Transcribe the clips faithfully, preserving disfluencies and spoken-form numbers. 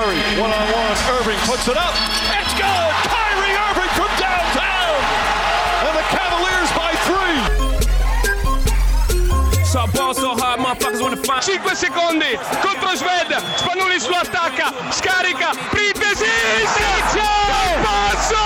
Curry, one-on-one, Irving puts it up, it's good! Kyrie Irving from downtown! And the Cavaliers by three! So ball so hard, motherfuckers wanna find. cinque secondi contro Sved, Spanulis lo attacca, scarica, Printesi, Saccio, passo,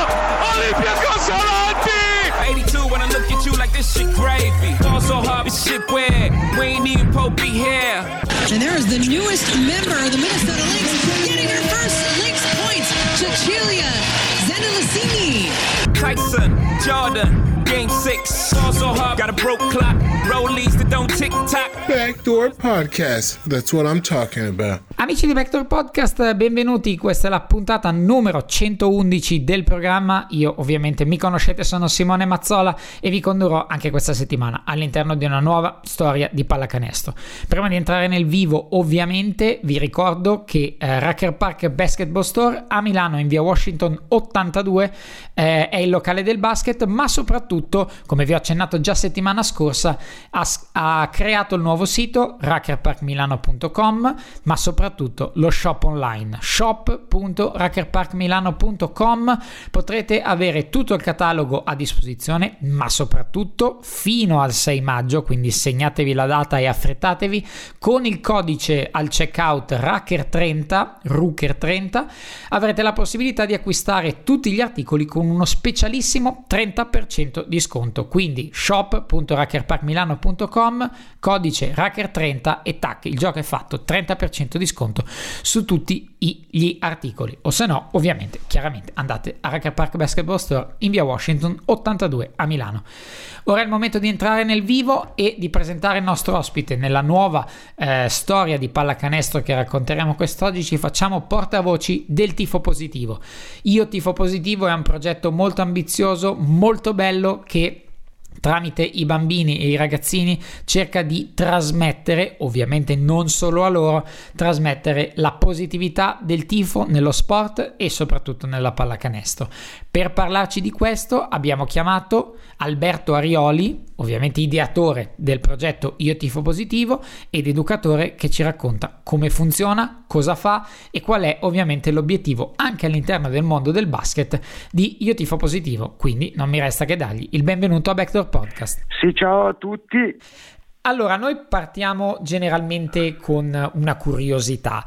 Olympiacos avanti! eighty-two when I look at you like this shit gravy. Ball so hard, this shit weird. We ain't even Pope be here. And there is the newest member of the Minnesota Lynx getting her first Lynx points, Cecilia Zendelicini. Tyson, Jordan, game six. Ball so hard, got a broke clock. Rollies that don't tick tock. Backdoor Podcast, that's what I'm talking about. Amici di Backdoor Podcast, benvenuti. Questa è la puntata numero centoundici del programma. Io ovviamente mi conoscete, sono Simone Mazzola e vi condurrò anche questa settimana all'interno di una nuova storia di pallacanestro. Prima di entrare nel vivo, ovviamente vi ricordo che eh, Rucker Park Basketball Store a Milano in via Washington ottantadue eh, è il locale del basket, ma soprattutto, come vi ho accennato già settimana scorsa, ha, ha creato il nuovo sito rucker park milano punto com, ma soprattutto lo shop online shop punto rucker park milano punto com. Potrete avere tutto il catalogo a disposizione, ma soprattutto fino al sei maggio, quindi segnatevi la data e affrettatevi. Con il codice al checkout rucker trenta rucker trenta avrete la possibilità di acquistare tutti gli articoli con uno specialissimo trenta per cento di sconto. Quindi shop punto rucker park milano punto com, codice rucker trenta e tac, il gioco è fatto, trenta per cento di sconto su tutti gli articoli. O se no, ovviamente, chiaramente andate a Rucker Park Basketball Store in via Washington ottantadue a Milano. Ora è il momento di entrare nel vivo e di presentare il nostro ospite nella nuova eh, storia di pallacanestro che racconteremo quest'oggi. Ci facciamo portavoci del tifo positivo. Io Tifo Positivo è un progetto molto ambizioso, molto bello, che tramite i bambini e i ragazzini cerca di trasmettere, ovviamente non solo a loro, trasmettere la positività del tifo nello sport e soprattutto nella pallacanestro. Per parlarci di questo abbiamo chiamato Alberto Arioli, ovviamente ideatore del progetto Io Tifo Positivo ed educatore che ci racconta come funziona, cosa fa e qual è ovviamente l'obiettivo anche all'interno del mondo del basket di Io Tifo Positivo. Quindi non mi resta che dargli il benvenuto a Backdoor Podcast. Sì, ciao a tutti. Allora, noi partiamo generalmente con una curiosità.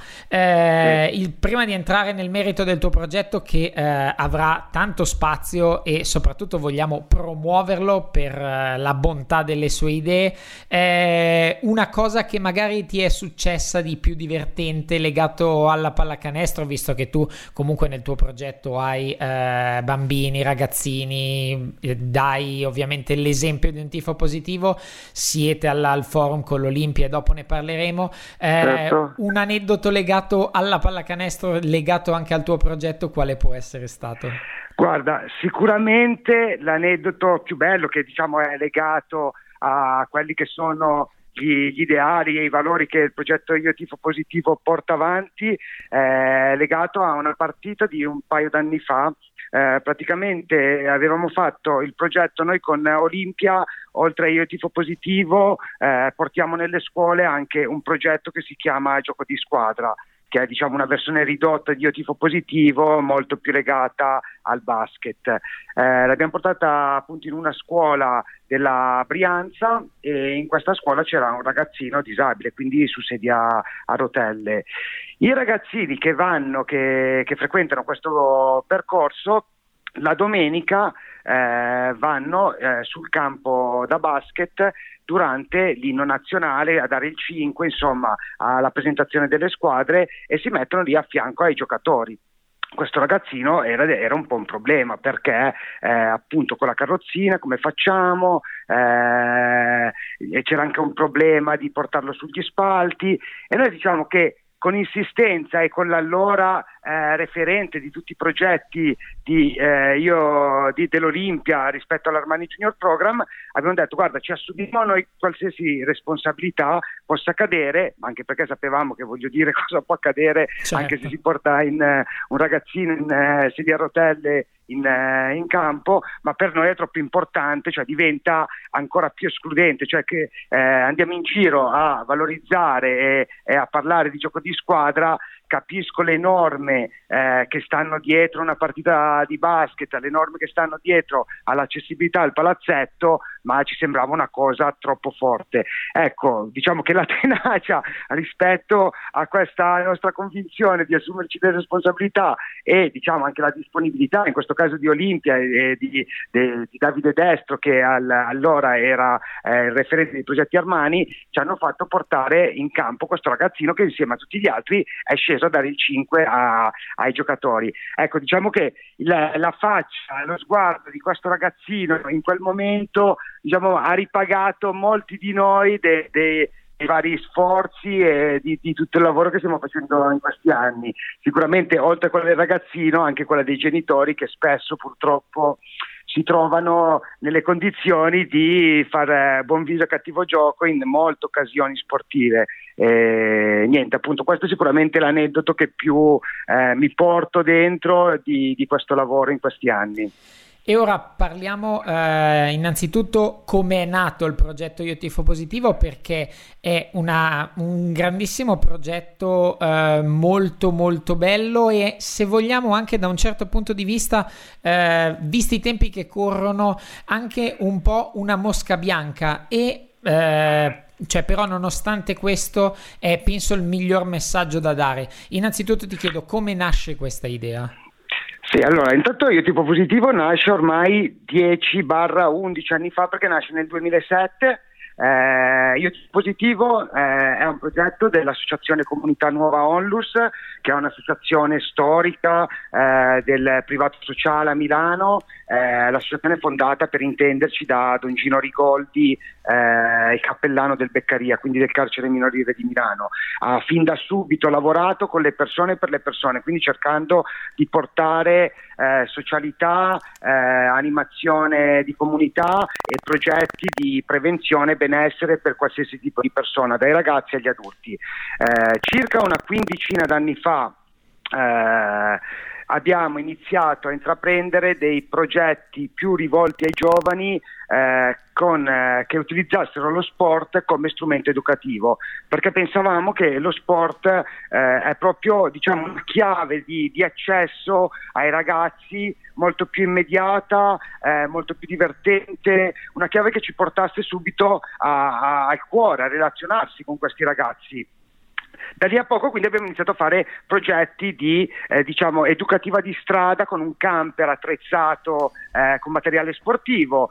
Eh, il, prima di entrare nel merito del tuo progetto, che eh, avrà tanto spazio e soprattutto vogliamo promuoverlo per eh, la bontà delle sue idee, eh, una cosa che magari ti è successa di più divertente legato alla pallacanestro, visto che tu comunque nel tuo progetto hai eh, bambini, ragazzini, eh, dai ovviamente l'esempio di un tifo positivo, siete alla al forum con l'Olimpia e dopo ne parleremo. Eh, certo. Un aneddoto legato alla pallacanestro, legato anche al tuo progetto, quale può essere stato? Guarda, sicuramente l'aneddoto più bello, che diciamo è legato a quelli che sono gli, gli ideali e i valori che il progetto Io Tifo Positivo porta avanti, è legato a una partita di un paio d'anni fa. Eh, praticamente avevamo fatto il progetto noi con Olimpia, oltre a Io Tifo Positivo eh, portiamo nelle scuole anche un progetto che si chiama Gioco di Squadra, che è diciamo una versione ridotta di Io Tifo Positivo, molto più legata al basket. Eh, l'abbiamo portata appunto in una scuola della Brianza e in questa scuola c'era un ragazzino disabile, quindi su sedia a rotelle. I ragazzini che vanno, che, che frequentano questo percorso, la domenica eh, vanno eh, sul campo da basket durante l'inno nazionale a dare il cinque, insomma, alla presentazione delle squadre, e si mettono lì a fianco ai giocatori. Questo ragazzino era, era un po' un problema, perché eh, appunto con la carrozzina come facciamo, eh, e c'era anche un problema di portarlo sugli spalti, e noi diciamo che con insistenza e con l'allora eh, referente di tutti i progetti di, eh, io, di, dell'Olimpia rispetto all'Armani Junior Program, abbiamo detto: guarda, ci assumiamo noi qualsiasi responsabilità possa accadere, ma anche perché sapevamo che, voglio dire, cosa può accadere, certo, anche se si porta in, uh, un ragazzino in uh, sedia a rotelle in, uh, in campo, ma per noi è troppo importante, cioè diventa ancora più escludente, cioè che eh, andiamo in giro a valorizzare e, e a parlare di gioco di squadra capisco le norme eh, che stanno dietro una partita di basket, le norme che stanno dietro all'accessibilità al palazzetto, ma ci sembrava una cosa troppo forte. Ecco, diciamo che la tenacia rispetto a questa nostra convinzione di assumerci le responsabilità e diciamo anche la disponibilità, in questo caso di Olimpia e di, di, di Davide Destro, che al, allora era eh, il referente dei progetti Armani, ci hanno fatto portare in campo questo ragazzino che insieme a tutti gli altri è sceso a dare il cinque a, ai giocatori. Ecco, diciamo che la, la faccia, lo sguardo di questo ragazzino in quel momento, diciamo, ha ripagato molti di noi dei de, de vari sforzi e di, di tutto il lavoro che stiamo facendo in questi anni. Sicuramente oltre a quella del ragazzino, anche quella dei genitori, che spesso purtroppo si trovano nelle condizioni di fare buon viso a cattivo gioco in molte occasioni sportive. E niente, appunto, questo è sicuramente l'aneddoto che più eh, mi porto dentro di, di questo lavoro in questi anni. E ora parliamo eh, innanzitutto come è nato il progetto Io Tifo Positivo, perché è una, un grandissimo progetto eh, molto molto bello e, se vogliamo, anche da un certo punto di vista, eh, visti i tempi che corrono, anche un po' una mosca bianca e eh, cioè, però nonostante questo è, penso, il miglior messaggio da dare. Innanzitutto ti chiedo come nasce questa idea. Sì, allora, intanto Io Tifo Positivo nasce ormai dieci undici anni fa, perché nasce nel duemilasette. Eh, Io Tifo Positivo eh, è un progetto dell'Associazione Comunità Nuova Onlus, che è un'associazione storica eh, del privato sociale a Milano. Eh, l'associazione è fondata, per intenderci, da Don Gino Rigoldi, eh, il cappellano del Beccaria, quindi del carcere minorile di Milano. Ha fin da subito lavorato con le persone e per le persone, quindi cercando di portare eh, socialità, eh, animazione di comunità e progetti di prevenzione e benessere per qualsiasi tipo di persona, dai ragazzi agli adulti. Eh, circa una quindicina d'anni fa eh, abbiamo iniziato a intraprendere dei progetti più rivolti ai giovani eh, con, eh, che utilizzassero lo sport come strumento educativo, perché pensavamo che lo sport eh, è proprio, diciamo, una chiave di, di accesso ai ragazzi molto più immediata, eh, molto più divertente, una chiave che ci portasse subito a, a, al cuore, a relazionarsi con questi ragazzi. Da lì a poco quindi abbiamo iniziato a fare progetti di eh, diciamo educativa di strada, con un camper attrezzato eh, con materiale sportivo,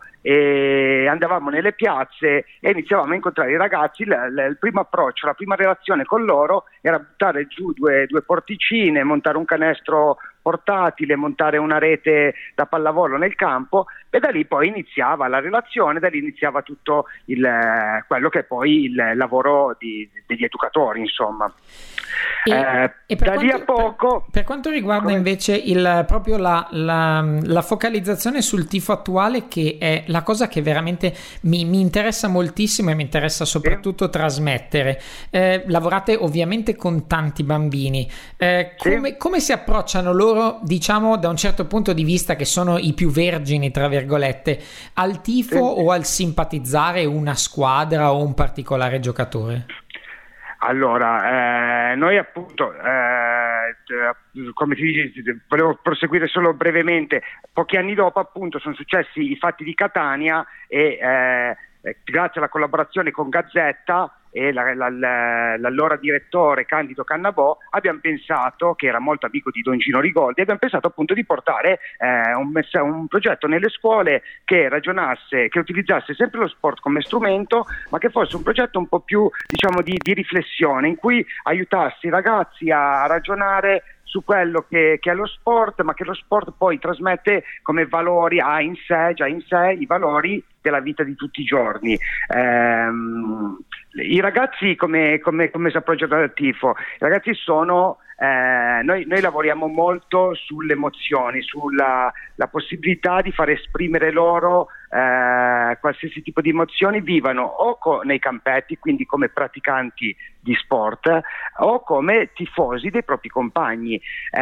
e andavamo nelle piazze e iniziavamo a incontrare i ragazzi. L- l- il primo approccio, la prima relazione con loro era buttare giù due, due porticine, montare un canestro portatile, montare una rete da pallavolo nel campo, e da lì poi iniziava la relazione, da lì iniziava tutto il, quello che è poi il lavoro di, degli educatori, insomma. E, eh, e per da quanto, lì a poco per, per quanto riguarda come... invece il, proprio la, la, la focalizzazione sul tifo attuale, che è la cosa che veramente mi, mi interessa moltissimo e mi interessa soprattutto sì. trasmettere. Eh, lavorate ovviamente con tanti bambini, eh, come, sì. come si approcciano loro, diciamo, da un certo punto di vista, che sono i più vergini tra virgolette, al tifo sì. o al simpatizzare una squadra o un particolare giocatore? Allora, eh, noi appunto, eh, come ti dicevo, volevo proseguire solo brevemente. Pochi anni dopo, appunto, sono successi i fatti di Catania e eh, grazie alla collaborazione con Gazzetta e la, la, la, l'allora direttore Candido Cannabò, abbiamo pensato, che era molto amico di Don Gino Rigoldi, abbiamo pensato appunto di portare eh, un, un progetto nelle scuole che ragionasse, che utilizzasse sempre lo sport come strumento, ma che fosse un progetto un po' più, diciamo, di, di riflessione, in cui aiutasse i ragazzi a ragionare su quello che, che è lo sport, ma che lo sport poi trasmette come valori, ha in sé, già in sé, i valori della vita di tutti i giorni. Ehm, i ragazzi come, come, come si approcciano al tifo? I ragazzi sono... Eh, noi, noi lavoriamo molto sulle emozioni, sulla la possibilità di far esprimere loro eh, qualsiasi tipo di emozioni vivano o co- nei campetti, quindi come praticanti di sport, o come tifosi dei propri compagni.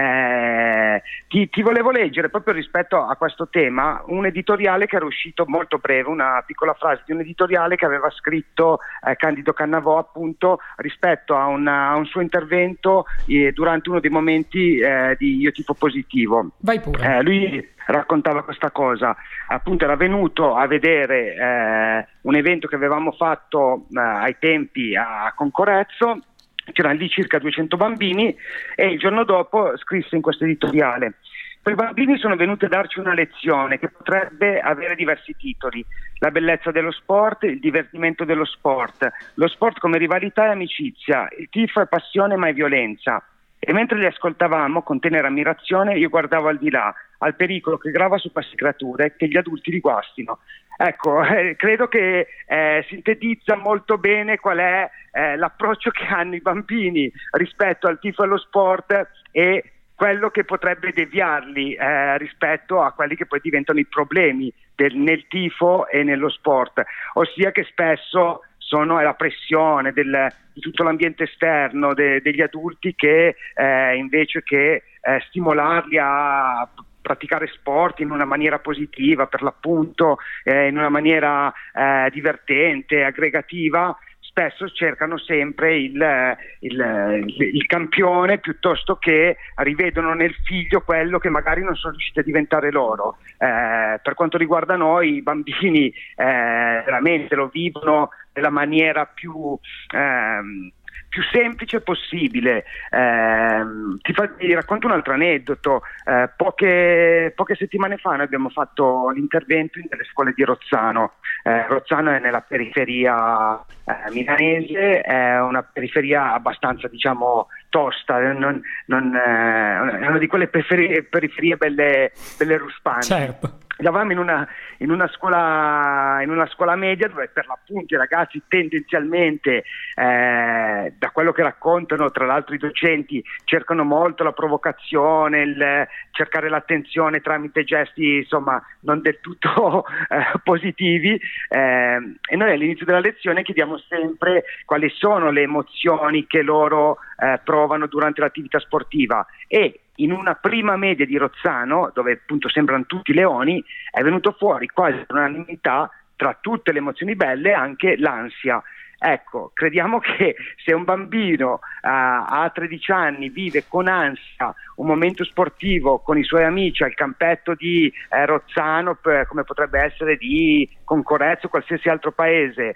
Eh, ti, ti volevo leggere proprio rispetto a questo tema un editoriale che era uscito molto breve, una piccola frase di un editoriale che aveva scritto eh, Candido Cannavò, appunto rispetto a, una, a un suo intervento eh, durante uno dei momenti eh, di Io Tifo Positivo. Vai pure. Eh, lui raccontava questa cosa, appunto era venuto a vedere eh, un evento che avevamo fatto eh, ai tempi a Concorezzo, c'erano lì circa duecento bambini, e il giorno dopo scrisse in questo editoriale: quei bambini sono venuti a darci una lezione che potrebbe avere diversi titoli: la bellezza dello sport, il divertimento dello sport, lo sport come rivalità e amicizia, il tifo è passione ma è violenza. E mentre li ascoltavamo con tenera ammirazione, io guardavo al di là, al pericolo che grava su queste creature, che gli adulti li guastino. Ecco, eh, credo che eh, sintetizza molto bene qual è eh, l'approccio che hanno i bambini rispetto al tifo e allo sport, e quello che potrebbe deviarli eh, rispetto a quelli che poi diventano i problemi del, nel tifo e nello sport, ossia che spesso sono è la pressione del, di tutto l'ambiente esterno de, degli adulti che eh, invece che eh, stimolarli a praticare sport in una maniera positiva, per l'appunto eh, in una maniera eh, divertente, aggregativa, spesso cercano sempre il, il, il, il campione, piuttosto che rivedono nel figlio quello che magari non sono riusciti a diventare loro. Eh, per quanto riguarda noi, i bambini eh, veramente lo vivono nella maniera più ehm, più semplice possibile. Eh, ti, fa, ti racconto un altro aneddoto. Eh, poche, poche settimane fa noi abbiamo fatto l'intervento nelle scuole di Rozzano. Eh, Rozzano è nella periferia eh, milanese, è una periferia abbastanza, diciamo, tosta, non, non, eh, è una di quelle periferie, periferie belle, belle ruspanti. Certo. Eravamo in una, in una scuola in una scuola media dove per l'appunto i ragazzi tendenzialmente, eh, da quello che raccontano tra l'altro i docenti, cercano molto la provocazione, il cercare l'attenzione tramite gesti insomma non del tutto eh, positivi, eh, e noi all'inizio della lezione chiediamo sempre quali sono le emozioni che loro eh, provano durante l'attività sportiva, e in una prima media di Rozzano, dove appunto sembrano tutti leoni, è venuto fuori quasi un'unanimità tra tutte le emozioni belle anche l'ansia. Ecco, crediamo che se un bambino uh, a tredici anni vive con ansia un momento sportivo con i suoi amici al campetto di eh, Rozzano, per, come potrebbe essere di Concorezzo o qualsiasi altro paese,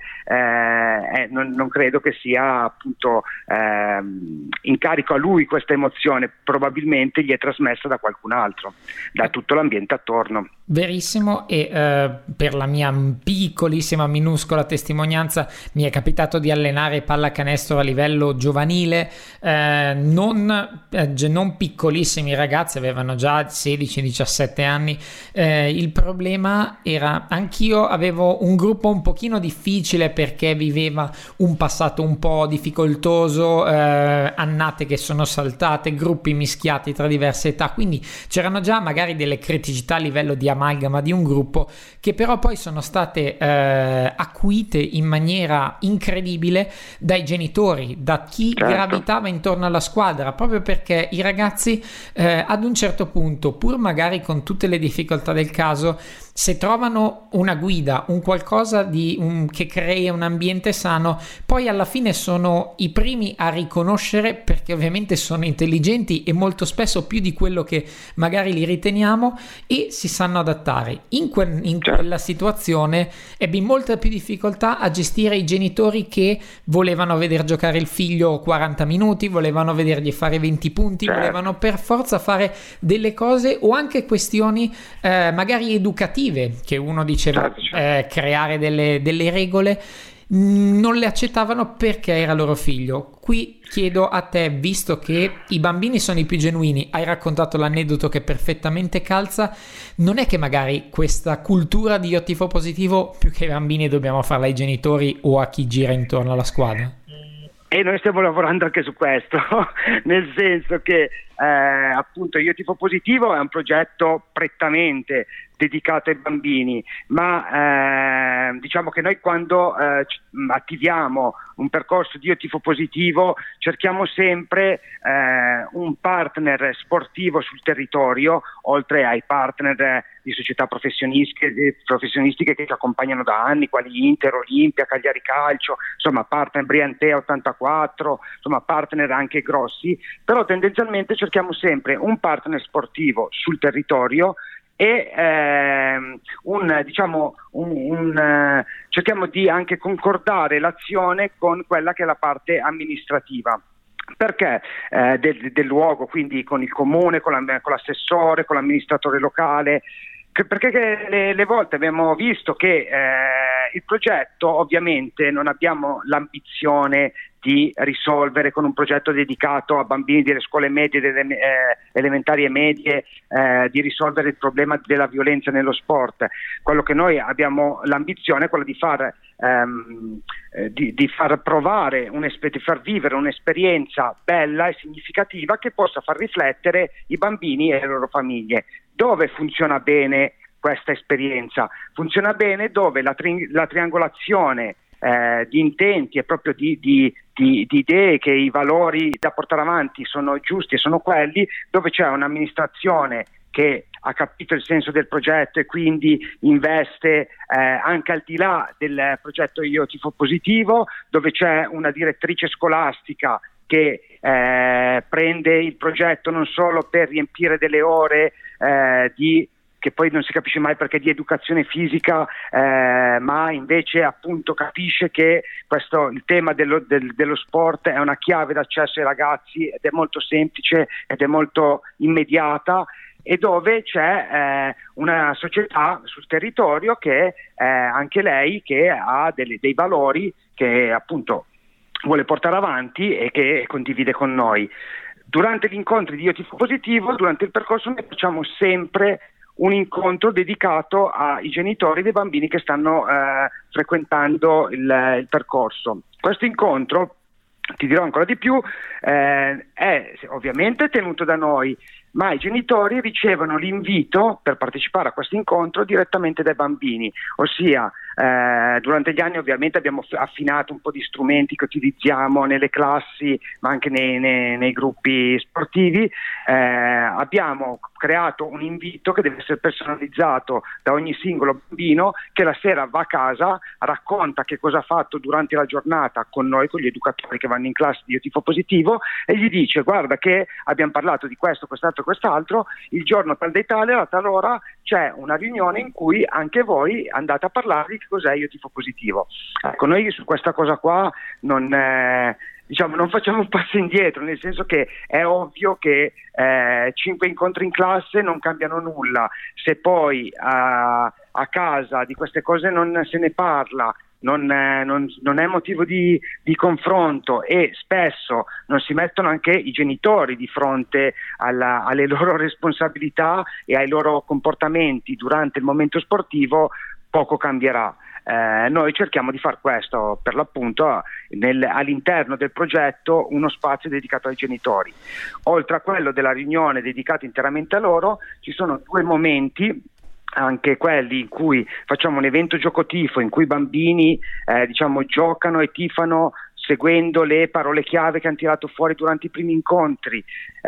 eh, eh, non, non credo che sia appunto eh, in carico a lui questa emozione, probabilmente gli è trasmessa da qualcun altro, da tutto l'ambiente attorno. Verissimo, e eh, per la mia piccolissima, minuscola testimonianza mi è capitato di allenare pallacanestro a livello giovanile, eh, non, eh, non piccolissimi ragazzi, avevano già sedici diciassette anni. Eh, il problema era, anch'io avevo un gruppo un pochino difficile perché viveva un passato un po' difficoltoso, eh, annate che sono saltate, gruppi mischiati tra diverse età, quindi c'erano già magari delle criticità a livello di amalgama di un gruppo, che però poi sono state eh, acuite in maniera incredibile dai genitori, da chi certo. gravitava intorno alla squadra, proprio perché i ragazzi eh, ad un certo punto, pur magari con tutte le difficoltà del caso, se trovano una guida, un qualcosa di un, che crea un ambiente sano, poi alla fine sono i primi a riconoscere, perché ovviamente sono intelligenti e molto spesso più di quello che magari li riteniamo, e si sanno adattare. In, que- in quella situazione ebbi molta più difficoltà a gestire i genitori che volevano veder giocare il figlio quaranta minuti, volevano vedergli fare venti punti, certo. volevano per forza fare delle cose, o anche questioni eh, magari educative, che uno diceva eh, creare delle, delle regole, non le accettavano perché era loro figlio. Qui chiedo a te, visto che i bambini sono i più genuini, hai raccontato l'aneddoto che perfettamente calza, non è che magari questa cultura di io tifo positivo più che ai bambini dobbiamo farla ai genitori o a chi gira intorno alla squadra? E noi stiamo lavorando anche su questo, nel senso che eh, appunto Io Tifo Positivo è un progetto prettamente dedicato ai bambini, ma eh, diciamo che noi quando eh, attiviamo un percorso di Io Tifo Positivo cerchiamo sempre eh, un partner sportivo sul territorio, oltre ai partner di società professionistiche, professionistiche che ci accompagnano da anni, quali Inter, Olimpia, Cagliari Calcio, insomma partner Briantea ottantaquattro, insomma partner anche grossi, però tendenzialmente cerchiamo sempre un partner sportivo sul territorio e ehm, un, diciamo, un, un, eh, cerchiamo di anche concordare l'azione con quella che è la parte amministrativa. Perché eh, del, del luogo, quindi con il comune, con, la, con l'assessore, con l'amministratore locale, che, perché le, le volte abbiamo visto che eh, il progetto, ovviamente non abbiamo l'ambizione di risolvere con un progetto dedicato a bambini delle scuole medie, delle eh, elementari e medie, eh, di risolvere il problema della violenza nello sport. Quello che noi abbiamo l'ambizione è quello di far, ehm, eh, di, di far provare, di far vivere un'esperienza bella e significativa che possa far riflettere i bambini e le loro famiglie. Dove funziona bene questa esperienza? Funziona bene dove la, tri- la triangolazione Eh, di intenti e proprio di, di, di, di idee, che i valori da portare avanti sono giusti e sono quelli, dove c'è un'amministrazione che ha capito il senso del progetto e quindi investe eh, anche al di là del progetto Io Tifo Positivo, dove c'è una direttrice scolastica che eh, prende il progetto non solo per riempire delle ore eh, di che poi non si capisce mai perché di educazione fisica, eh, ma invece appunto capisce che questo, il tema dello, del, dello sport è una chiave d'accesso ai ragazzi ed è molto semplice ed è molto immediata, e dove c'è eh, una società sul territorio che eh, anche lei che ha delle, dei valori che appunto vuole portare avanti e che condivide con noi. Durante gli incontri di Io Tifo Positivo, durante il percorso, noi facciamo sempre un incontro dedicato ai genitori dei bambini che stanno eh, frequentando il, il percorso. Questo incontro, ti dirò ancora di più, eh, è ovviamente tenuto da noi, ma i genitori ricevono l'invito per partecipare a questo incontro direttamente dai bambini, ossia eh, durante gli anni ovviamente abbiamo affinato un po' di strumenti che utilizziamo nelle classi ma anche nei, nei, nei gruppi sportivi, eh, abbiamo creato un invito che deve essere personalizzato da ogni singolo bambino, che la sera va a casa, racconta che cosa ha fatto durante la giornata con noi, con gli educatori che vanno in classe di Io Tifo Positivo, e gli dice: guarda che abbiamo parlato di questo, quest'altro, quest'altro, il giorno tal dei tale, alla tal ora c'è una riunione in cui anche voi andate a parlare di che cos'è Io Tifo Positivo. Ecco, noi su questa cosa qua non eh, diciamo non facciamo un passo indietro, nel senso che è ovvio che eh, cinque incontri in classe non cambiano nulla, se poi a, a casa di queste cose non se ne parla, Non, eh, non, non è motivo di, di confronto, e spesso non si mettono anche i genitori di fronte alla, alle loro responsabilità e ai loro comportamenti durante il momento sportivo, poco cambierà. Eh, noi cerchiamo di far questo, per l'appunto, nel, all'interno del progetto, uno spazio dedicato ai genitori. Oltre a quello della riunione dedicato interamente a loro, ci sono due momenti, anche quelli in cui facciamo un evento gioco-tifo, in cui i bambini eh, diciamo giocano e tifano seguendo le parole chiave che hanno tirato fuori durante i primi incontri,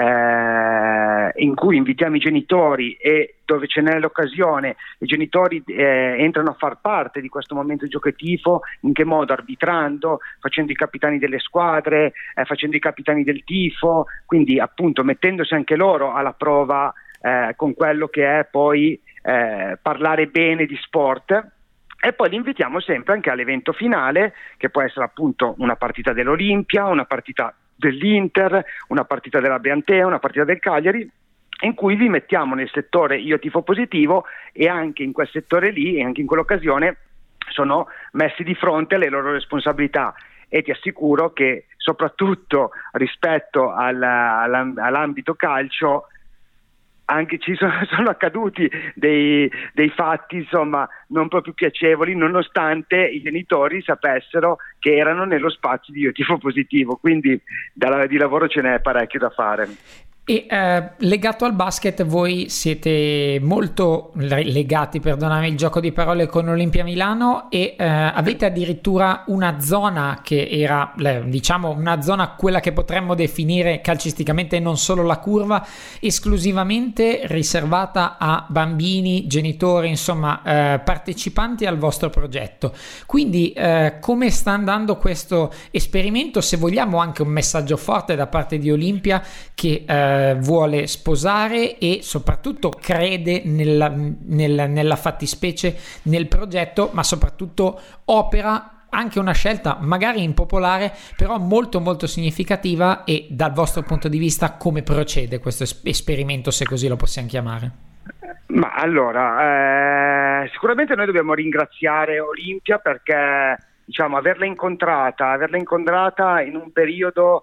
eh, in cui invitiamo i genitori e dove ce n'è l'occasione i genitori eh, entrano a far parte di questo momento gioco-tifo. In che modo? Arbitrando, facendo i capitani delle squadre, eh, facendo i capitani del tifo, quindi appunto mettendosi anche loro alla prova eh, con quello che è poi Eh, parlare bene di sport. E poi li invitiamo sempre anche all'evento finale, che può essere appunto una partita dell'Olimpia, una partita dell'Inter, una partita della Briantea, una partita del Cagliari, in cui vi mettiamo nel settore Io Tifo Positivo, e anche in quel settore lì e anche in quell'occasione sono messi di fronte alle loro responsabilità. E ti assicuro che soprattutto rispetto alla, alla, all'ambito calcio anche ci sono, sono accaduti dei, dei fatti insomma non proprio piacevoli, nonostante i genitori sapessero che erano nello spazio di Io Tifo Positivo, quindi da, di lavoro ce n'è parecchio da fare. E eh, legato al basket, voi siete molto legati, perdonami il gioco di parole, con Olimpia Milano e eh, avete addirittura una zona che era, diciamo, una zona quella che potremmo definire calcisticamente non solo la curva, esclusivamente riservata a bambini, genitori, insomma eh, partecipanti al vostro progetto. Quindi eh, come sta andando questo esperimento? Se vogliamo anche un messaggio forte da parte di Olimpia che eh, vuole sposare e soprattutto crede nella, nella, nella fattispecie, nel progetto, ma soprattutto opera anche una scelta magari impopolare, però molto molto significativa. E dal vostro punto di vista come procede questo esperimento, se così lo possiamo chiamare? Ma allora, eh, sicuramente noi dobbiamo ringraziare Olimpia perché, diciamo, averla incontrata, averla incontrata in un periodo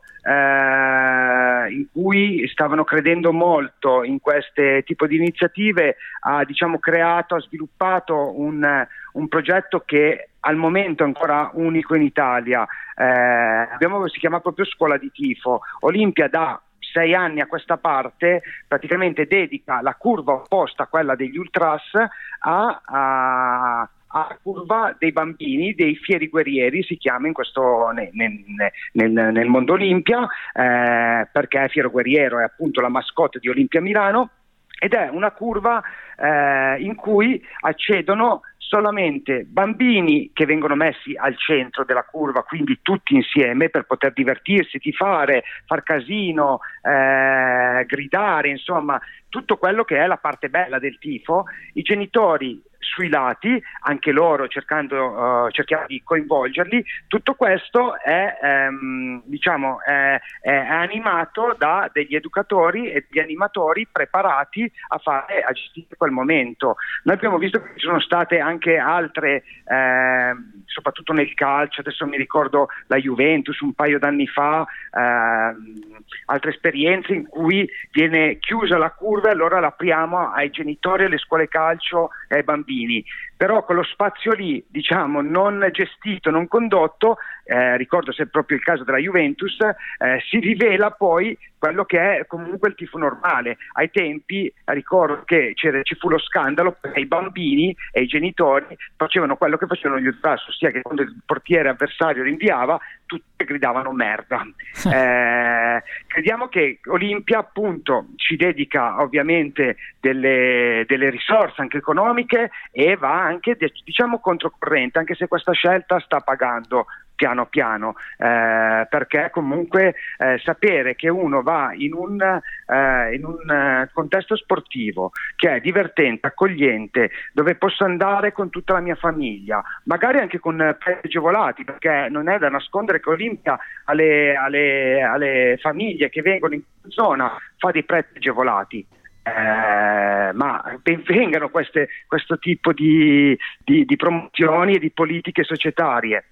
eh, in cui stavano credendo molto in queste tipo di iniziative, ha, diciamo, creato, ha sviluppato un, un progetto che al momento è ancora unico in Italia. Eh, abbiamo, si chiama proprio Scuola di Tifo. Olimpia da sei anni a questa parte praticamente dedica la curva opposta a quella degli Ultras a, a a curva dei bambini, dei fieri guerrieri si chiama in questo nel, nel, nel mondo Olimpia, eh, perché Fiero Guerriero è appunto la mascotte di Olimpia Milano, ed è una curva eh, in cui accedono solamente bambini che vengono messi al centro della curva, quindi tutti insieme per poter divertirsi, tifare, far casino, eh, gridare, insomma tutto quello che è la parte bella del tifo. I genitori sui lati, anche loro cercando uh, cerchiamo di coinvolgerli. Tutto questo è ehm, diciamo è, è animato da degli educatori e degli animatori preparati a fare a gestire quel momento. Noi abbiamo visto che ci sono state anche altre eh, soprattutto nel calcio, adesso mi ricordo la Juventus un paio d'anni fa, eh, altre esperienze in cui viene chiusa la curva e allora l'apriamo ai genitori, alle scuole calcio e ai bambini. Però quello spazio lì, diciamo, non gestito, non condotto, eh, ricordo se è proprio il caso della Juventus, eh, si rivela poi quello che è comunque il tifo normale. Ai tempi ricordo che c'era, ci fu lo scandalo perché i bambini e i genitori facevano quello che facevano gli ultras, ossia che quando il portiere avversario rinviava tutti gridavano merda. eh, crediamo che Olimpia appunto ci dedica ovviamente delle, delle risorse anche economiche e va anche, diciamo, controcorrente, anche se questa scelta sta pagando piano piano, eh, perché comunque eh, sapere che uno va in un, eh, in un eh, contesto sportivo che è divertente, accogliente, dove posso andare con tutta la mia famiglia, magari anche con eh, prezzi agevolati, perché non è da nascondere che Olimpia alle, alle, alle famiglie che vengono in zona fa dei prezzi agevolati. Eh, ma ben vengano queste, questo tipo di, di, di promozioni e di politiche societarie.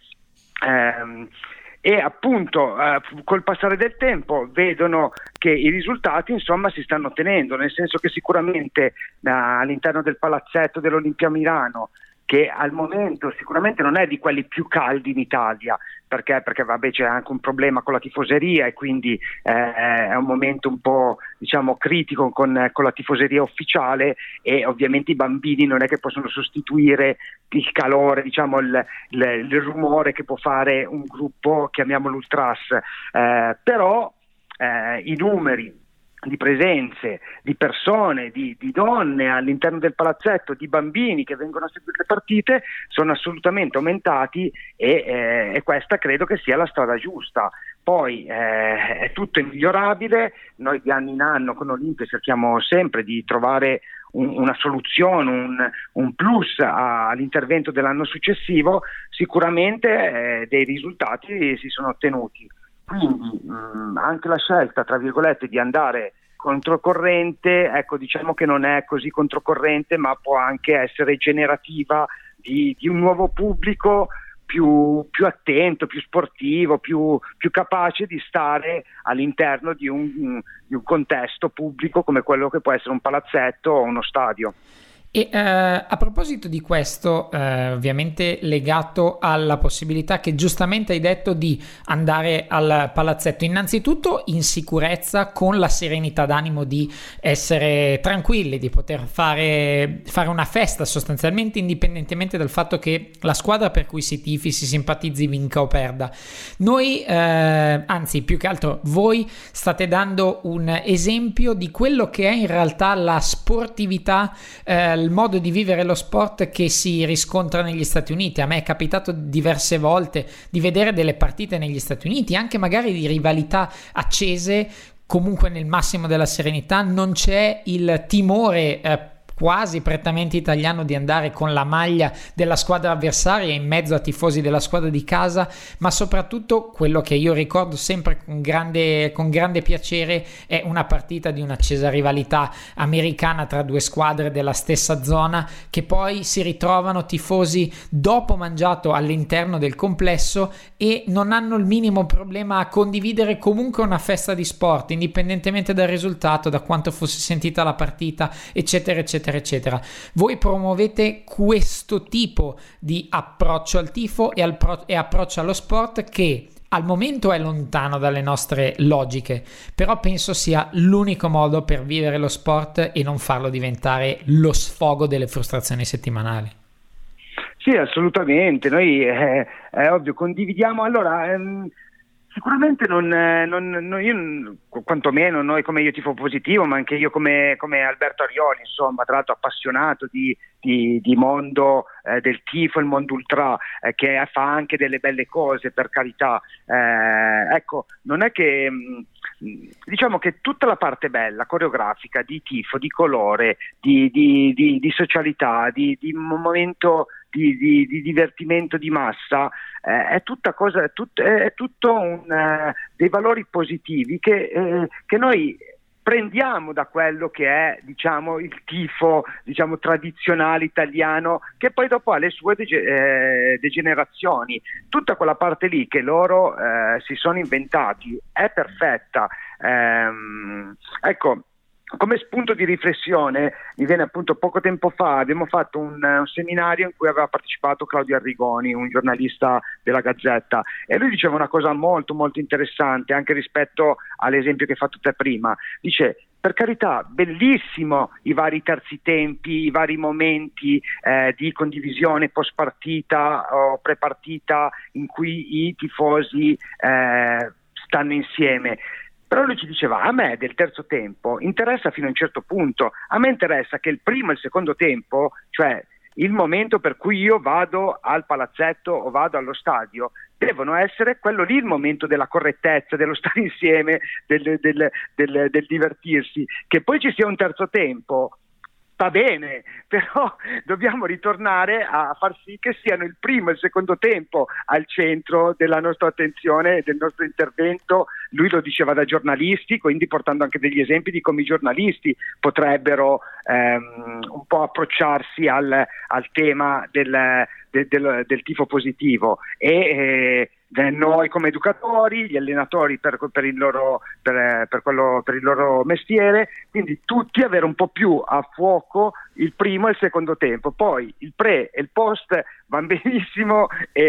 Eh, e appunto eh, col passare del tempo vedono che i risultati insomma si stanno ottenendo, nel senso che sicuramente eh, all'interno del palazzetto dell'Olimpia Milano, che al momento sicuramente non è di quelli più caldi in Italia, perché perché vabbè c'è anche un problema con la tifoseria e quindi eh, è un momento un po', diciamo, critico con, con la tifoseria ufficiale, e ovviamente i bambini non è che possono sostituire il calore, diciamo il, il, il rumore che può fare un gruppo, chiamiamolo Ultras, eh, però eh, i numeri di presenze, di persone, di, di donne all'interno del palazzetto, di bambini che vengono a seguire le partite sono assolutamente aumentati e, eh, e questa credo che sia la strada giusta. Poi eh, è tutto migliorabile, noi di anno in anno con Olimpia cerchiamo sempre di trovare un, una soluzione, un, un plus a, all'intervento dell'anno successivo, sicuramente eh, dei risultati si sono ottenuti. Quindi mh, anche la scelta, tra virgolette, di andare controcorrente, ecco, diciamo che non è così controcorrente, ma può anche essere generativa di, di un nuovo pubblico più, più attento, più sportivo, più, più capace di stare all'interno di un, di un contesto pubblico come quello che può essere un palazzetto o uno stadio. E eh, a proposito di questo, eh, ovviamente legato alla possibilità che giustamente hai detto di andare al palazzetto, innanzitutto in sicurezza, con la serenità d'animo di essere tranquilli, di poter fare, fare una festa sostanzialmente, indipendentemente dal fatto che la squadra per cui si tifi, si simpatizzi, vinca o perda. Noi, eh, anzi più che altro voi, state dando un esempio di quello che è in realtà la sportività, eh, il modo di vivere lo sport che si riscontra negli Stati Uniti. A me è capitato diverse volte di vedere delle partite negli Stati Uniti, anche magari di rivalità accese, comunque nel massimo della serenità. Non c'è il timore eh, quasi prettamente italiano di andare con la maglia della squadra avversaria in mezzo a tifosi della squadra di casa, ma soprattutto quello che io ricordo sempre con grande, con grande piacere è una partita di un'accesa rivalità americana tra due squadre della stessa zona, che poi si ritrovano tifosi dopo mangiato all'interno del complesso e non hanno il minimo problema a condividere comunque una festa di sport, indipendentemente dal risultato, da quanto fosse sentita la partita, eccetera eccetera eccetera. Voi promuovete questo tipo di approccio al tifo e, al pro- e approccio allo sport che al momento è lontano dalle nostre logiche, però penso sia l'unico modo per vivere lo sport e non farlo diventare lo sfogo delle frustrazioni settimanali. Sì, assolutamente. Noi eh, è ovvio, condividiamo. Allora, ehm, sicuramente non, non, non io, quantomeno noi come Io Tifo Positivo, ma anche io come, come Alberto Arioli, insomma, tra l'altro appassionato di, di, di mondo eh, del tifo, il mondo ultra, eh, che fa anche delle belle cose, per carità. Eh, ecco, non è che mh, diciamo che tutta la parte bella, coreografica, di tifo, di colore, di, di, di, di socialità, di, di momento Di, di, di divertimento di massa, eh, è tutta cosa, è, tut, è tutto un, eh, dei valori positivi che, eh, che noi prendiamo da quello che è, diciamo, il tifo, diciamo, tradizionale italiano, che poi dopo ha le sue dege- eh, degenerazioni. Tutta quella parte lì che loro eh, si sono inventati è perfetta. Ehm, ecco, come spunto di riflessione mi viene appunto poco tempo fa, abbiamo fatto un, un seminario in cui aveva partecipato Claudio Arrigoni, un giornalista della Gazzetta, e lui diceva una cosa molto molto interessante anche rispetto all'esempio che hai fatto te prima. Dice: per carità, bellissimo i vari terzi tempi, i vari momenti eh, di condivisione post partita o pre partita in cui i tifosi eh, stanno insieme. Però lui ci diceva: a me del terzo tempo interessa fino a un certo punto, a me interessa che il primo e il secondo tempo, cioè il momento per cui io vado al palazzetto o vado allo stadio, devono essere quello lì, il momento della correttezza, dello stare insieme, del, del, del, del divertirsi. Che poi ci sia un terzo tempo va bene, però dobbiamo ritornare a far sì che siano il primo e il secondo tempo al centro della nostra attenzione e del nostro intervento. Lui lo diceva da giornalisti, quindi portando anche degli esempi di come i giornalisti potrebbero ehm, un po' approcciarsi al, al tema del, del, del, del tifo positivo, e eh, noi come educatori, gli allenatori per, per, il loro, per, per, quello, per il loro mestiere, quindi tutti avere un po' più a fuoco il primo e il secondo tempo. Poi il pre e il post vanno benissimo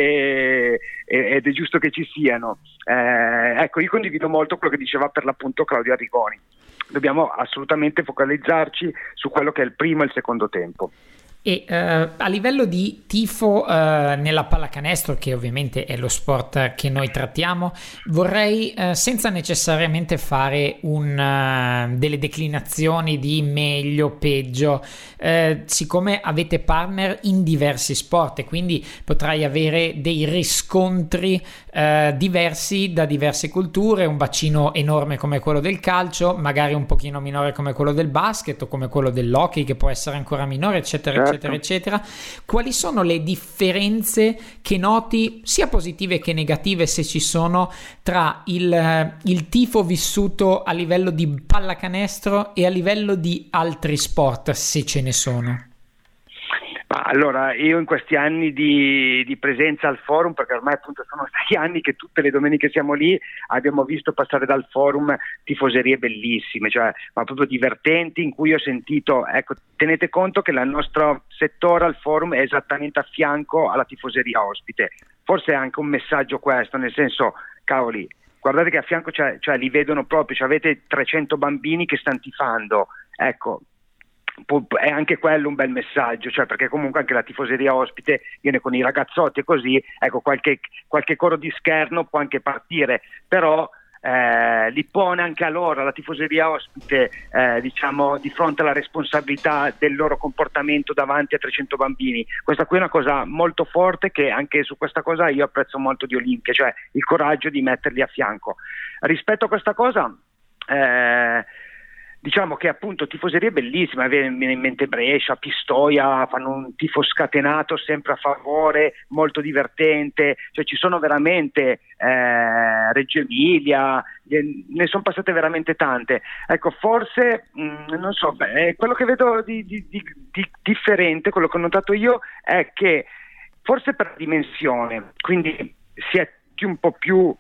e, e, ed è giusto che ci siano. Eh, ecco, io condivido molto quello che diceva per l'appunto Claudio Arrigoni. Dobbiamo assolutamente focalizzarci su quello che è il primo e il secondo tempo. E uh, a livello di tifo uh, nella pallacanestro, che ovviamente è lo sport che noi trattiamo, vorrei uh, senza necessariamente fare un, uh, delle declinazioni di meglio, peggio, uh, siccome avete partner in diversi sport e quindi potrai avere dei riscontri uh, diversi da diverse culture, un bacino enorme come quello del calcio, magari un pochino minore come quello del basket o come quello dell'hockey, che può essere ancora minore, eccetera, certo. eccetera eccetera. Quali sono le differenze che noti, sia positive che negative se ci sono, tra il, il tifo vissuto a livello di pallacanestro e a livello di altri sport, se ce ne sono? Ma allora, io in questi anni di, di presenza al forum, perché ormai appunto sono sei anni che tutte le domeniche siamo lì, abbiamo visto passare dal forum tifoserie bellissime, cioè ma proprio divertenti, in cui ho sentito, ecco, tenete conto che il nostro settore al forum è esattamente a fianco alla tifoseria ospite. Forse è anche un messaggio questo, nel senso, cavoli, guardate che a fianco c'è, cioè li vedono proprio, cioè avete trecento bambini che stanno tifando, ecco. È anche quello un bel messaggio, cioè perché comunque anche la tifoseria ospite viene con i ragazzotti e così, ecco, qualche, qualche coro di scherno può anche partire, però eh, li pone anche a loro, la tifoseria ospite, eh, diciamo, di fronte alla responsabilità del loro comportamento davanti a trecento bambini. Questa qui è una cosa molto forte, che anche su questa cosa io apprezzo molto di Olimpia, cioè il coraggio di metterli a fianco. Rispetto a questa cosa, eh, diciamo che appunto tifoserie bellissime, viene in mente Brescia, Pistoia, fanno un tifo scatenato sempre a favore, molto divertente, cioè ci sono veramente eh, Reggio Emilia, ne sono passate veramente tante. Ecco, forse mh, non so, beh, quello che vedo di, di, di, di differente, quello che ho notato io è che forse per dimensione, quindi si è un po' più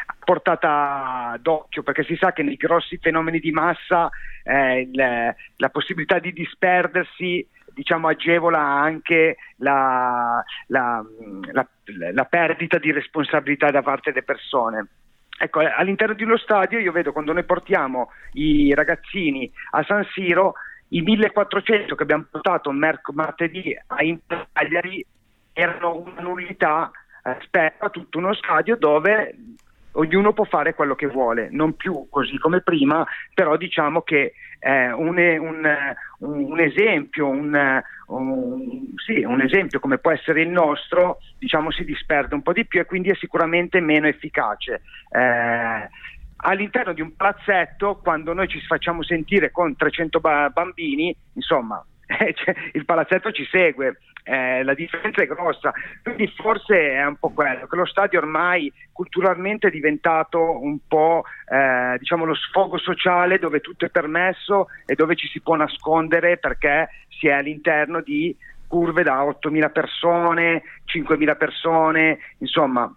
portata d'occhio, perché si sa che nei grossi fenomeni di massa eh, il, la possibilità di disperdersi, diciamo, agevola anche la, la, la, la perdita di responsabilità da parte delle persone. Ecco, all'interno di uno stadio io vedo, quando noi portiamo i ragazzini a San Siro, i millequattrocento che abbiamo portato merc- martedì a Inter Cagliari erano una nullità rispetto a tutto uno stadio dove ognuno può fare quello che vuole, non più così come prima, però diciamo che eh, un, un, un esempio, un, un, sì, un esempio come può essere il nostro, diciamo, si disperde un po' di più e quindi è sicuramente meno efficace. Eh, all'interno di un palazzetto, quando noi ci facciamo sentire con trecento ba- bambini, insomma, cioè, il palazzetto ci segue, eh, la differenza è grossa, quindi forse è un po' quello, che lo stadio ormai culturalmente è diventato un po' eh, diciamo lo sfogo sociale, dove tutto è permesso e dove ci si può nascondere perché si è all'interno di curve da ottomila persone, cinquemila persone, insomma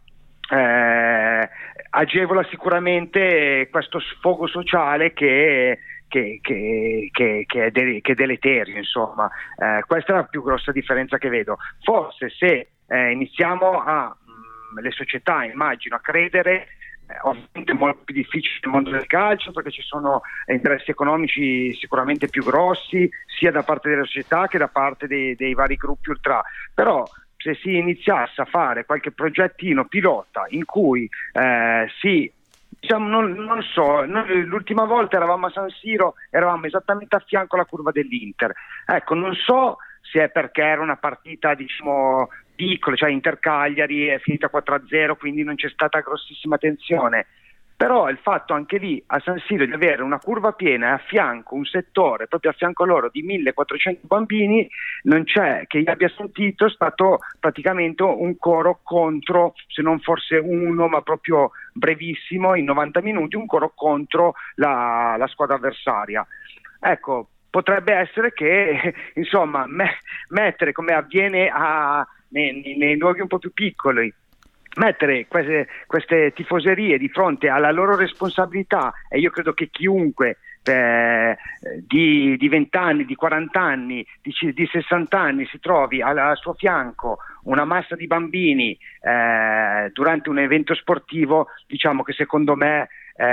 eh, agevola sicuramente questo sfogo sociale che Che, che, che, che, è de- che è deleterio, insomma. Eh, questa è la più grossa differenza che vedo. Forse se eh, iniziamo a mh, le società, immagino, a credere, eh, ovviamente è molto più difficile nel mondo del calcio, perché ci sono interessi economici sicuramente più grossi sia da parte delle società che da parte dei, dei vari gruppi ultra, però se si iniziasse a fare qualche progettino pilota in cui eh, si diciamo, non, non so, noi l'ultima volta eravamo a San Siro, eravamo esattamente a fianco alla curva dell'Inter, ecco, non so se è perché era una partita, diciamo, piccola, cioè Inter Cagliari è finita quattro a zero, quindi non c'è stata grossissima tensione, però il fatto anche lì a San Siro di avere una curva piena e a fianco un settore proprio a fianco loro di millequattrocento bambini, non c'è, che io abbia sentito, è stato praticamente un coro contro, se non forse uno, ma proprio brevissimo, in novanta minuti, un coro contro la, la squadra avversaria. Ecco, potrebbe essere che insomma me, mettere, come avviene a, nei, nei luoghi un po' più piccoli, mettere queste, queste tifoserie di fronte alla loro responsabilità, e io credo che chiunque eh, di, di venti anni, di quaranta anni, di, di sessanta anni si trovi al, al suo fianco una massa di bambini eh, durante un evento sportivo, diciamo che secondo me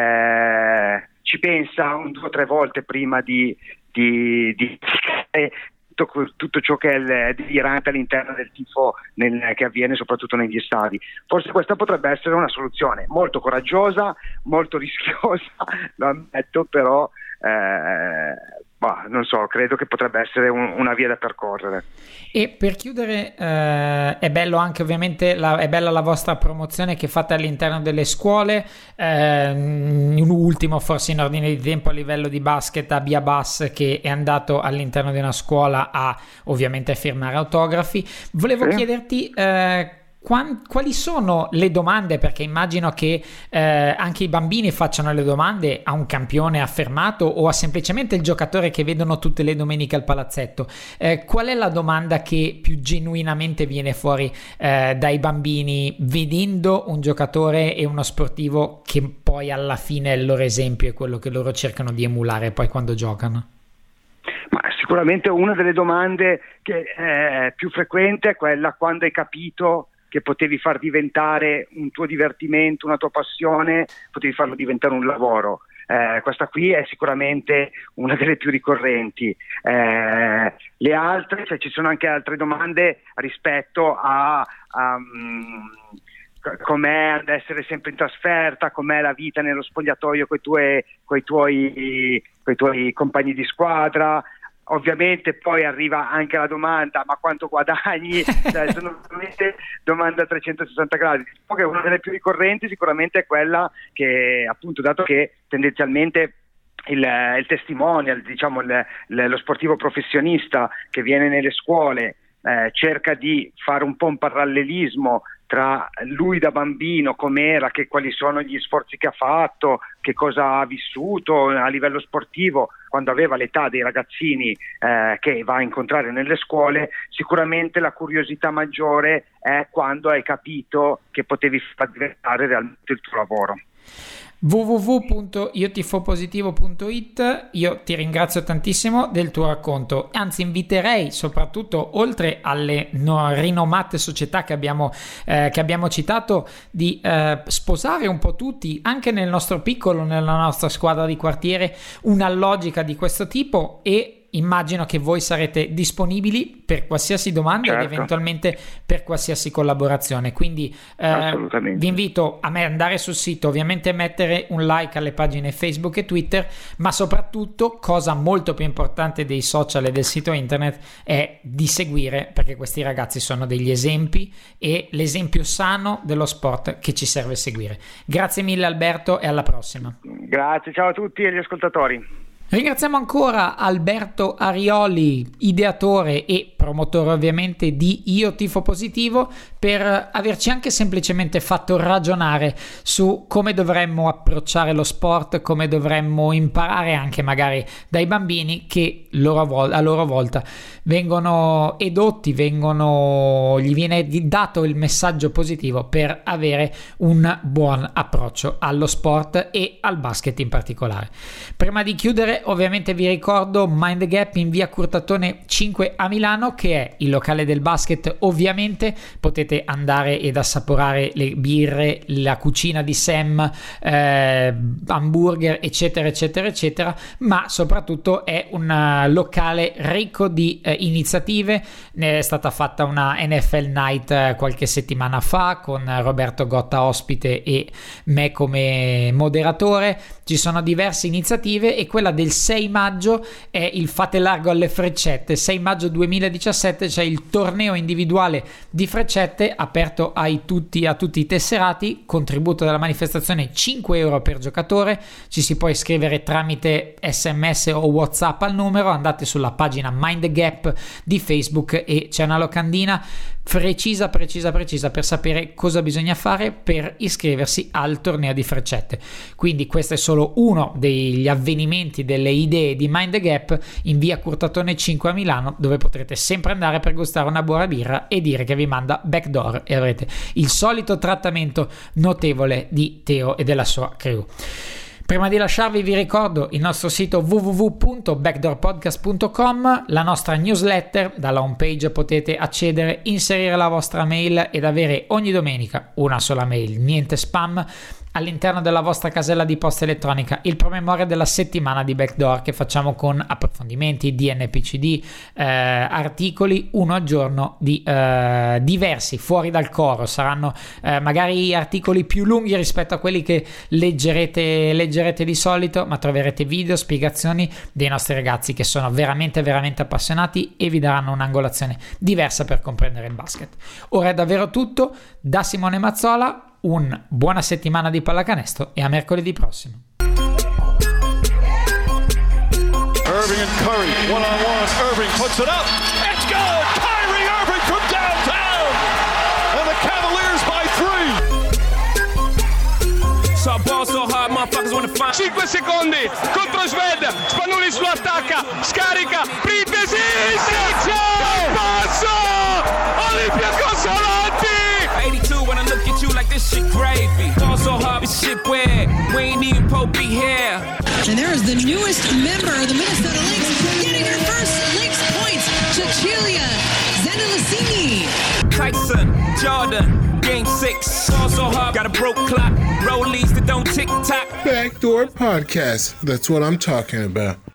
eh, ci pensa un due o tre volte prima di, di, di tutto, tutto ciò che è delirante all'interno del tifo nel, che avviene soprattutto negli stadi. Forse questa potrebbe essere una soluzione molto coraggiosa, molto rischiosa, lo ammetto, però eh, bah, non so, credo che potrebbe essere un, una via da percorrere. E per chiudere eh, è bello anche ovviamente la, è bella la vostra promozione che fate all'interno delle scuole, eh, un ultimo forse in ordine di tempo a livello di basket, a Biabas, che è andato all'interno di una scuola a ovviamente firmare autografi. Volevo sì. chiederti eh, quali sono le domande? Perché immagino che eh, anche i bambini facciano le domande a un campione affermato o a semplicemente il giocatore che vedono tutte le domeniche al palazzetto. Eh, qual è la domanda che più genuinamente viene fuori eh, dai bambini vedendo un giocatore e uno sportivo che poi alla fine è il loro esempio, è quello che loro cercano di emulare poi quando giocano? Ma sicuramente una delle domande che è più frequente è quella: quando hai capito che potevi far diventare un tuo divertimento, una tua passione, potevi farlo diventare un lavoro. Eh, questa qui è sicuramente una delle più ricorrenti. Eh, le altre, cioè ci sono anche altre domande rispetto a, a um, com'è ad essere sempre in trasferta, com'è la vita nello spogliatoio con i tuoi, coi tuoi, coi tuoi compagni di squadra. Ovviamente poi arriva anche la domanda: ma quanto guadagni? Cioè, sono veramente domande a trecentosessanta gradi. Diciamo che una delle più ricorrenti sicuramente è quella che, appunto, dato che tendenzialmente il, il testimonial, diciamo il, lo sportivo professionista che viene nelle scuole eh, cerca di fare un po' un parallelismo tra lui da bambino, com'era, che quali sono gli sforzi che ha fatto, che cosa ha vissuto a livello sportivo quando aveva l'età dei ragazzini eh, che va a incontrare nelle scuole. Sicuramente la curiosità maggiore è quando hai capito che potevi far diventare realmente il tuo lavoro. w w w punto io tifo positivo punto it. Io ti ringrazio tantissimo del tuo racconto, anzi inviterei soprattutto, oltre alle no, rinomate società che abbiamo, eh, che abbiamo citato, di eh, sposare un po' tutti, anche nel nostro piccolo, nella nostra squadra di quartiere, una logica di questo tipo, e immagino che voi sarete disponibili per qualsiasi domanda, certo, ed eventualmente per qualsiasi collaborazione. Quindi eh, vi invito a me andare sul sito, ovviamente mettere un like alle pagine Facebook e Twitter, ma soprattutto, cosa molto più importante dei social e del sito internet, è di seguire, perché questi ragazzi sono degli esempi e l'esempio sano dello sport che ci serve seguire. Grazie mille Alberto e alla prossima. Grazie, ciao a tutti e agli ascoltatori. Ringraziamo ancora Alberto Arioli, ideatore e promotore ovviamente di Io Tifo Positivo, per averci anche semplicemente fatto ragionare su come dovremmo approcciare lo sport, come dovremmo imparare anche magari dai bambini che loro, a loro volta vengono edotti, vengono, gli viene dato il messaggio positivo per avere un buon approccio allo sport e al basket in particolare. Prima di chiudere, ovviamente vi ricordo Mind the Gap in via Curtatone cinque a Milano, che è il locale del basket. Ovviamente potete andare ed assaporare le birre, la cucina di Sam, eh, hamburger eccetera eccetera eccetera, ma soprattutto è un locale ricco di eh, iniziative. Ne è stata fatta una N F L Night eh, qualche settimana fa con Roberto Gotta ospite e me come moderatore. Ci sono diverse iniziative e quella del sei maggio è il Fate Largo alle Freccette. sei maggio duemiladiciassette c'è il torneo individuale di freccette aperto ai tutti, a tutti i tesserati. Contributo della manifestazione cinque euro per giocatore. Ci si può iscrivere tramite sms o WhatsApp al numero. Andate sulla pagina Mind the Gap di Facebook e c'è una locandina precisa precisa precisa per sapere cosa bisogna fare per iscriversi al torneo di freccette. Quindi questo è solo uno degli avvenimenti, delle idee di Mind the Gap in via Curtatone cinque a Milano, dove potrete sempre andare per gustare una buona birra e dire che vi manda Backdoor e avrete il solito trattamento notevole di Teo e della sua crew. Prima di lasciarvi vi ricordo il nostro sito w w w punto backdoor podcast punto com, la nostra newsletter. Dalla homepage potete accedere, inserire la vostra mail ed avere ogni domenica una sola mail, niente spam, all'interno della vostra casella di posta elettronica il promemoria della settimana di Backdoor, che facciamo con approfondimenti, D N P C D, eh, articoli uno al giorno di eh, diversi, fuori dal coro. Saranno eh, magari articoli più lunghi rispetto a quelli che leggerete, leggerete di solito, ma troverete video, spiegazioni dei nostri ragazzi che sono veramente veramente appassionati e vi daranno un'angolazione diversa per comprendere il basket. Ora è davvero tutto da Simone Mazzola. Un buona settimana di pallacanestro e a mercoledì prossimo. Irving and Curry, one on one. Irving puts it up. It's good. Kyrie Irving from downtown. And the Cavaliers cinque secondi contro Sved, Spanulis lo attacca, scarica, Pritesis, passo, Olympiacos avanti. eighty-two when I look at you like this shit gravy. Fall so hard, this shit weird. We ain't even Pope be here. And there is the newest member of the Minnesota Lynx getting her first Lynx points, Cecilia Zendelicini. Tyson, Jordan, game six. Fall so hard, got a broke clock. Rollies that don't tick tock. Backdoor Podcast. That's what I'm talking about.